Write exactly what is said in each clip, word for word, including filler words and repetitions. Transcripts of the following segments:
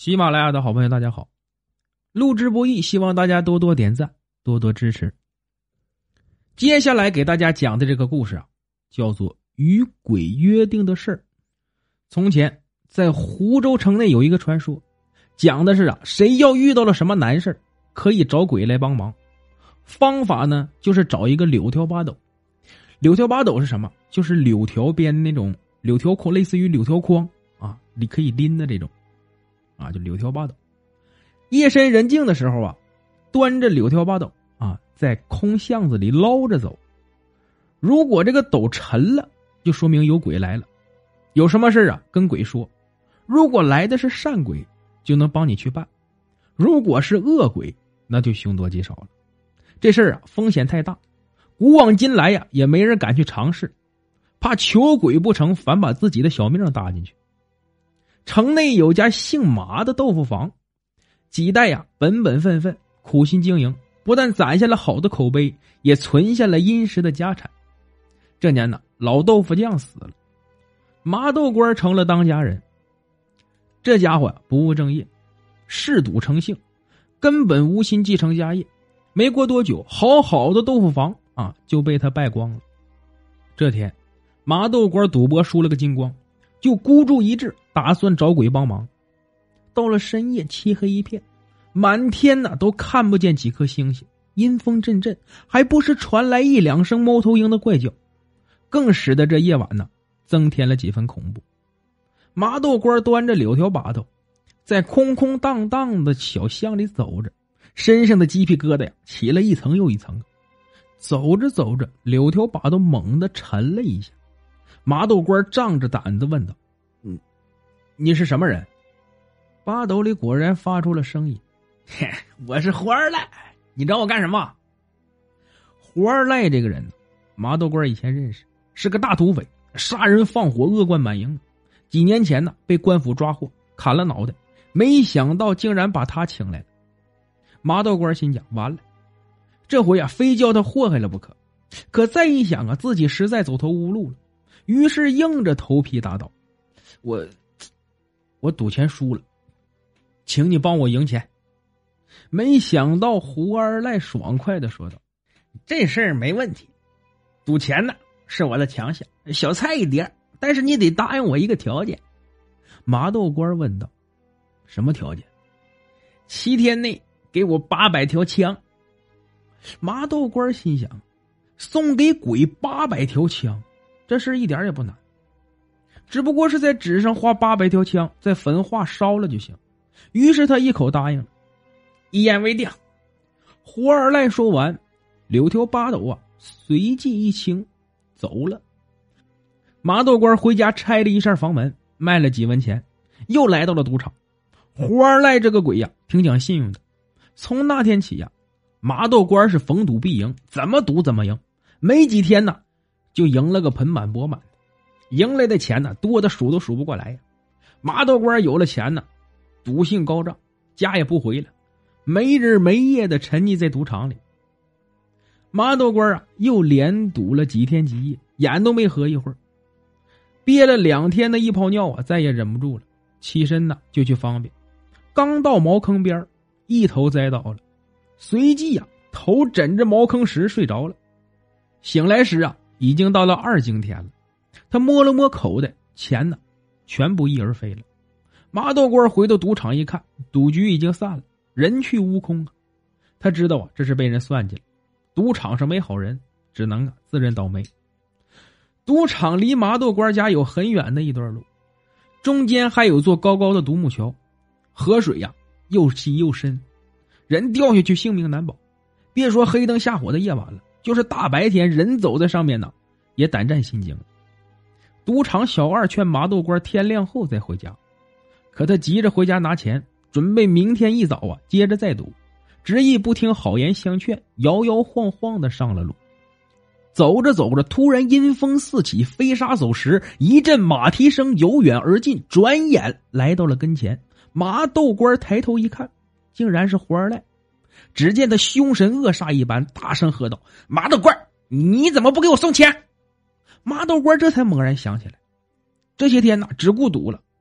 喜马拉雅的好朋友大家好，录制不易，希望大家多多点赞，多多支持。接下来给大家讲的这个故事啊，叫做与鬼约定的事儿。从前在湖州城内有一个传说，讲的是啊，谁要遇到了什么难事可以找鬼来帮忙。方法呢，就是找一个柳条八斗。柳条八斗是什么？就是柳条编的那种柳条筐，类似于柳条筐啊，你可以拎的这种啊，就柳条八斗。夜深人静的时候啊，端着柳条八斗啊，在空巷子里捞着走。如果这个斗沉了，就说明有鬼来了。有什么事啊，跟鬼说。如果来的是善鬼，就能帮你去办；如果是恶鬼，那就凶多吉少了。这事儿啊，风险太大，古往今来呀、啊，也没人敢去尝试，怕求鬼不成，反把自己的小命搭进去。城内有家姓马的豆腐坊，几代呀、啊、本本分分，苦心经营，不但攒下了好的口碑，也存下了殷实的家产。这年呢，老豆腐匠死了，麻豆官成了当家人。这家伙啊，不务正业，嗜赌成性，根本无心继承家业。没过多久，好好的豆腐坊啊就被他败光了。这天，麻豆官赌博输了个精光，就孤注一掷，打算找鬼帮忙。到了深夜，漆黑一片，满天呢都看不见几颗星星，阴风阵阵，还不时传来一两声猫头鹰的怪叫，更使得这夜晚呢增添了几分恐怖。麻豆官端着柳条把斗，在空空荡荡的小巷里走着，身上的鸡皮疙瘩呀起了一层又一层。走着走着，柳条把斗猛地沉了一下。麻豆官仗着胆子问道：嗯，你是什么人？把斗里果然发出了声音：嘿，我是胡二赖，你找我干什么？胡二赖这个人，麻豆官以前认识，是个大土匪，杀人放火，恶贯满盈。几年前呢，被官府抓获，砍了脑袋，没想到竟然把他请来了。麻豆官心想，完了，这回啊，非叫他祸害了不可。可再一想啊，自己实在走投无路了，于是硬着头皮答道：我我赌钱输了，请你帮我赢钱。没想到胡二赖爽快的说道：这事儿没问题，赌钱呢是我的强项，小菜一碟，但是你得答应我一个条件。麻豆官问道：什么条件？七天内给我八百条枪。麻豆官心想，送给鬼八百条枪，这事一点也不难，只不过是在纸上画八百条枪，在焚化烧了就行。于是他一口答应了，一言为定。胡二赖说完，柳条八斗啊随即一清走了。麻豆官回家拆了一扇房门，卖了几文钱，又来到了赌场。胡二赖这个鬼呀，挺讲信用的。从那天起呀，麻豆官是逢赌必赢，怎么赌怎么赢。没几天呢，就赢了个盆满钵满，赢来的钱呢多的数都数不过来呀。麻豆官有了钱呢，赌性高涨，家也不回了，没日没夜的沉溺在赌场里。麻豆官啊，又连赌了几天几夜，眼都没合一会儿。憋了两天的一泡尿啊，再也忍不住了，起身呢就去方便。刚到茅坑边，一头栽倒了，随即啊头枕着茅坑石睡着了。醒来时啊，已经到了二更天了。他摸了摸口袋，钱呢全部一而飞了。麻豆官回到赌场一看，赌局已经散了，人去屋空啊。他知道啊这是被人算计了，赌场上没好人，只能啊自认倒霉。赌场离麻豆官家有很远的一段路，中间还有座高高的独木桥，河水呀、啊、又细又深，人掉下去性命难保。别说黑灯瞎火的夜晚了，就是大白天人走在上面呢也胆战心惊。赌场小二劝麻豆官天亮后再回家，可他急着回家拿钱，准备明天一早啊接着再赌，执意不听好言相劝，摇摇晃晃的上了路。走着走着，突然阴风四起，飞沙走石，一阵马蹄声由远而近，转眼来到了跟前。麻豆官抬头一看，竟然是胡二赖。只见他凶神恶煞一般，大声喝道：麻豆官，你怎么不给我送钱？麻豆官这才猛然想起来，这些天呢只顾赌了，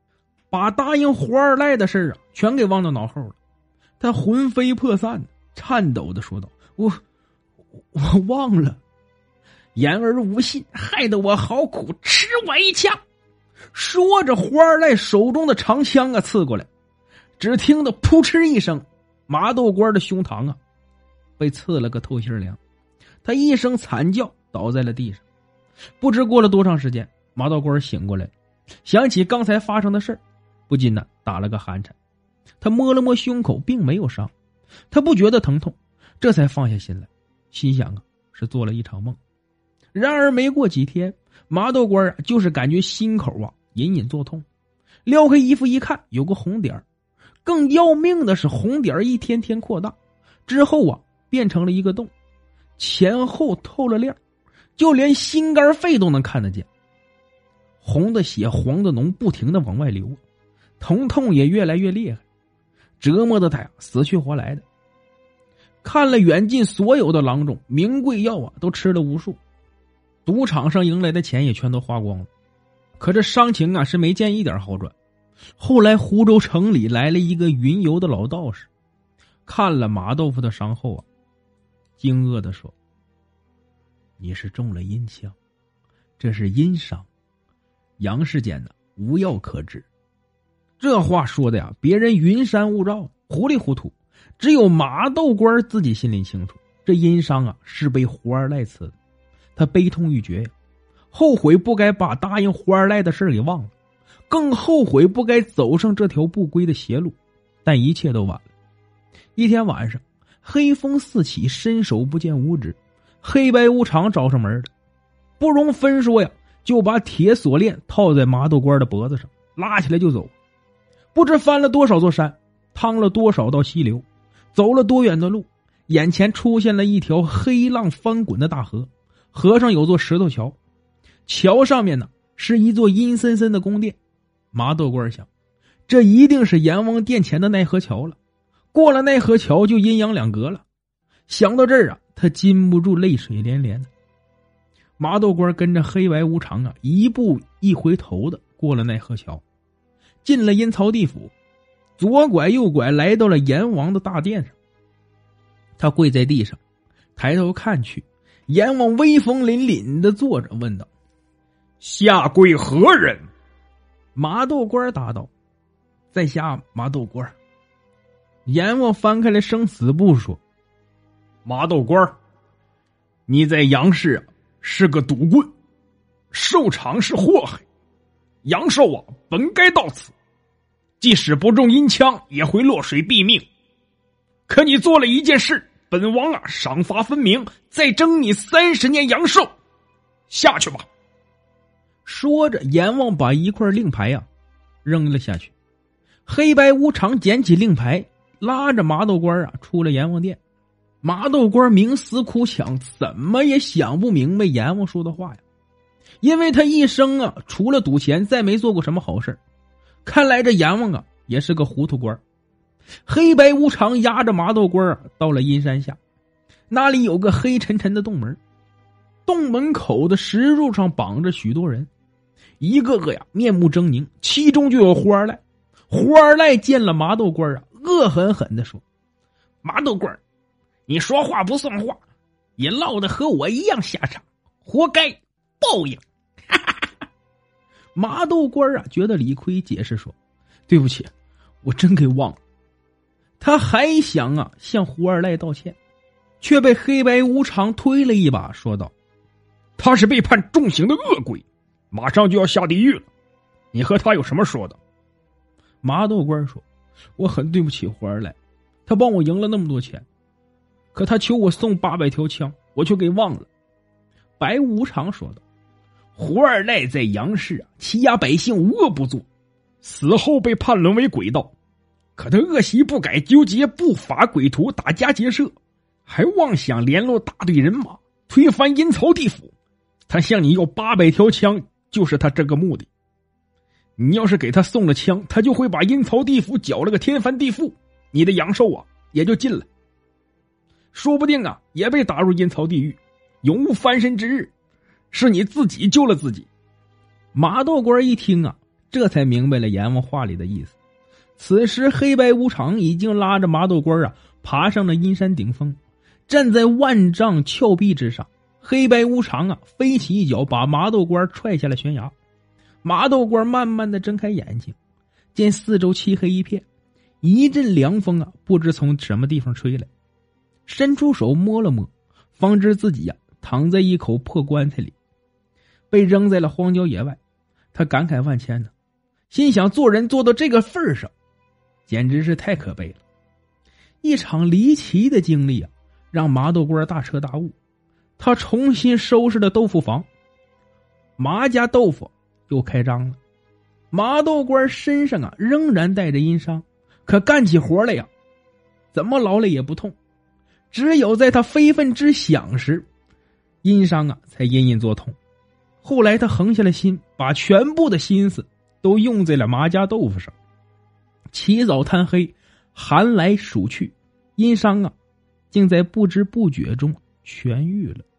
把答应胡二赖的事啊全给忘到脑后了。他魂飞魄散，颤抖的说道：“我我忘了。”言而无信，害得我好苦，吃我一枪。说着，胡二赖手中的长枪啊刺过来，只听得扑哧一声，麻豆官的胸膛啊被刺了个透心凉，他一声惨叫倒在了地上。不知过了多长时间，麻豆官醒过来，想起刚才发生的事，不禁呢打了个寒颤。他摸了摸胸口，并没有伤，他不觉得疼痛，这才放下心来，心想啊是做了一场梦。然而没过几天，麻豆官啊就是感觉心口啊隐隐作痛，撩开衣服一看，有个红点儿。更要命的是，红点儿一天天扩大，之后啊变成了一个洞，前后透了亮，就连心肝肺都能看得见。红的血黄的脓不停的往外流，疼痛也越来越厉害，折磨的他呀死去活来的。看了远近所有的郎中，名贵药啊都吃了无数，赌场上赢来的钱也全都花光了，可这伤情啊是没见一点好转。后来湖州城里来了一个云游的老道士，看了马豆腐的伤后啊，惊愕的说：“你是中了阴枪，这是阴伤，阳世间呢无药可治。”这话说的呀，别人云山雾罩，糊里糊涂，只有马豆官自己心里清楚，这阴伤啊是被胡二赖刺的。他悲痛欲绝呀，后悔不该把答应胡二赖的事给忘了，更后悔不该走上这条不归的邪路，但一切都晚了。一天晚上，黑风四起，伸手不见五指，黑白无常找上门了，不容分说呀，就把铁锁链套在麻豆官的脖子上，拉起来就走。不知翻了多少座山，趟了多少道溪流，走了多远的路，眼前出现了一条黑浪翻滚的大河，河上有座石头桥，桥上面呢是一座阴森森的宫殿。麻豆官想，这一定是阎王殿前的奈何桥了，过了奈何桥就阴阳两隔了。想到这儿啊，他禁不住泪水连连的。麻豆官跟着黑白无常啊，一步一回头的过了奈何桥，进了阴曹地府，左拐右拐来到了阎王的大殿上。他跪在地上，抬头看去，阎王威风凛凛的坐着，问道：“ 下跪何人？” 麻豆官答道：“在下麻豆官。”阎王翻开了生死簿说：“ 麻豆官，你在阳世啊是个赌棍，寿场是祸害，阳寿啊本该到此，即使不中阴枪也会落水毙命。可你做了一件事，本王啊赏罚分明，再征你三十年阳寿。下去吧。” 说着，阎王把一块令牌啊扔了下去。黑白无常捡起令牌，拉着麻豆官啊出了阎王殿。麻豆官冥思苦想，怎么也想不明白阎王说的话呀，因为他一生啊除了赌钱再没做过什么好事。看来这阎王啊也是个糊涂官。黑白无常压着麻豆官啊到了阴山下，那里有个黑沉沉的洞门，洞门口的石柱上绑着许多人，一个个呀面目狰狞，其中就有胡二赖。胡二赖见了麻豆官啊，恶狠狠地说：“ 麻豆官，你说话不算话，也落得和我一样下场，活该报应。” 麻豆官啊觉得理亏，解释说：“对不起，我真给忘了。”他还想啊向胡二赖道歉，却被黑白无常推了一把，说道：“ 他是被判重刑的恶鬼，马上就要下地狱了，你和他有什么说的？” 麻豆官说：“我很对不起胡二赖，他帮我赢了那么多钱，可他求我送八百条枪，我却给忘了。”白无常说道：“ 胡二赖在阳世啊，欺压百姓无恶不作，死后被判沦为鬼道，可他恶习不改，纠结不法鬼徒，打家劫舍，还妄想联络大队人马，推翻阴曹地府。他向你要八百条枪，就是他这个目的。你要是给他送了枪，他就会把阴曹地府搅了个天翻地覆，你的阳寿啊也就尽了，说不定啊也被打入阴曹地狱，永无翻身之日。是你自己救了自己。” 麻豆官一听啊， 这才明白了阎王话里的意思。此时黑白无常已经拉着麻豆官啊爬上了阴山顶峰，站在万丈峭壁之上。黑白无常啊飞起一脚把麻豆官踹下了悬崖。麻豆官慢慢的睁开眼睛，见四周漆黑一片，一阵凉风啊不知从什么地方吹来，伸出手摸了摸，方知自己呀、啊、躺在一口破棺材里，被扔在了荒郊野外。他感慨万千呢，心想做人做到这个份上简直是太可悲了。一场离奇的经历啊让麻豆官大彻大悟，他重新收拾了豆腐房，麻家豆腐又开张了。麻豆官身上啊仍然带着阴伤，可干起活来呀怎么劳累也不痛，只有在他非分之想时，阴伤啊才隐隐作痛。后来他横下了心，把全部的心思都用在了麻家豆腐上。起早贪黑，寒来暑去，阴伤啊竟在不知不觉中痊愈了。